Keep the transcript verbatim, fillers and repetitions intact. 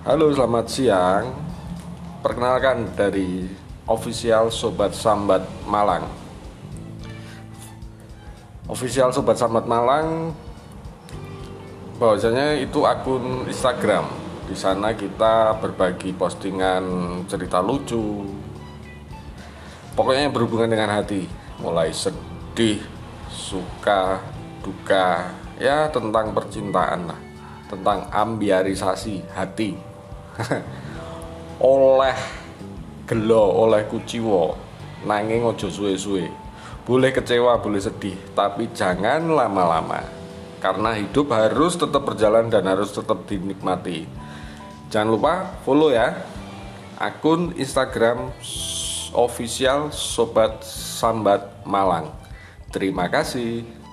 Halo, selamat siang. Perkenalkan dari official Sobat Sambat Malang. Official Sobat Sambat Malang, bahwasanya itu akun Instagram. Di sana kita berbagi postingan cerita lucu, pokoknya yang berhubungan dengan hati, mulai sedih, suka, duka, ya tentang percintaan lah, tentang ambiarisasi hati. Oleh gelo, oleh kuciwo, nanging ojo suwe-suwe. Boleh kecewa, boleh sedih, tapi jangan lama-lama. Karena hidup harus tetap berjalan dan harus tetap dinikmati. Jangan lupa follow ya akun Instagram official Sobat Sambat Malang. Terima kasih.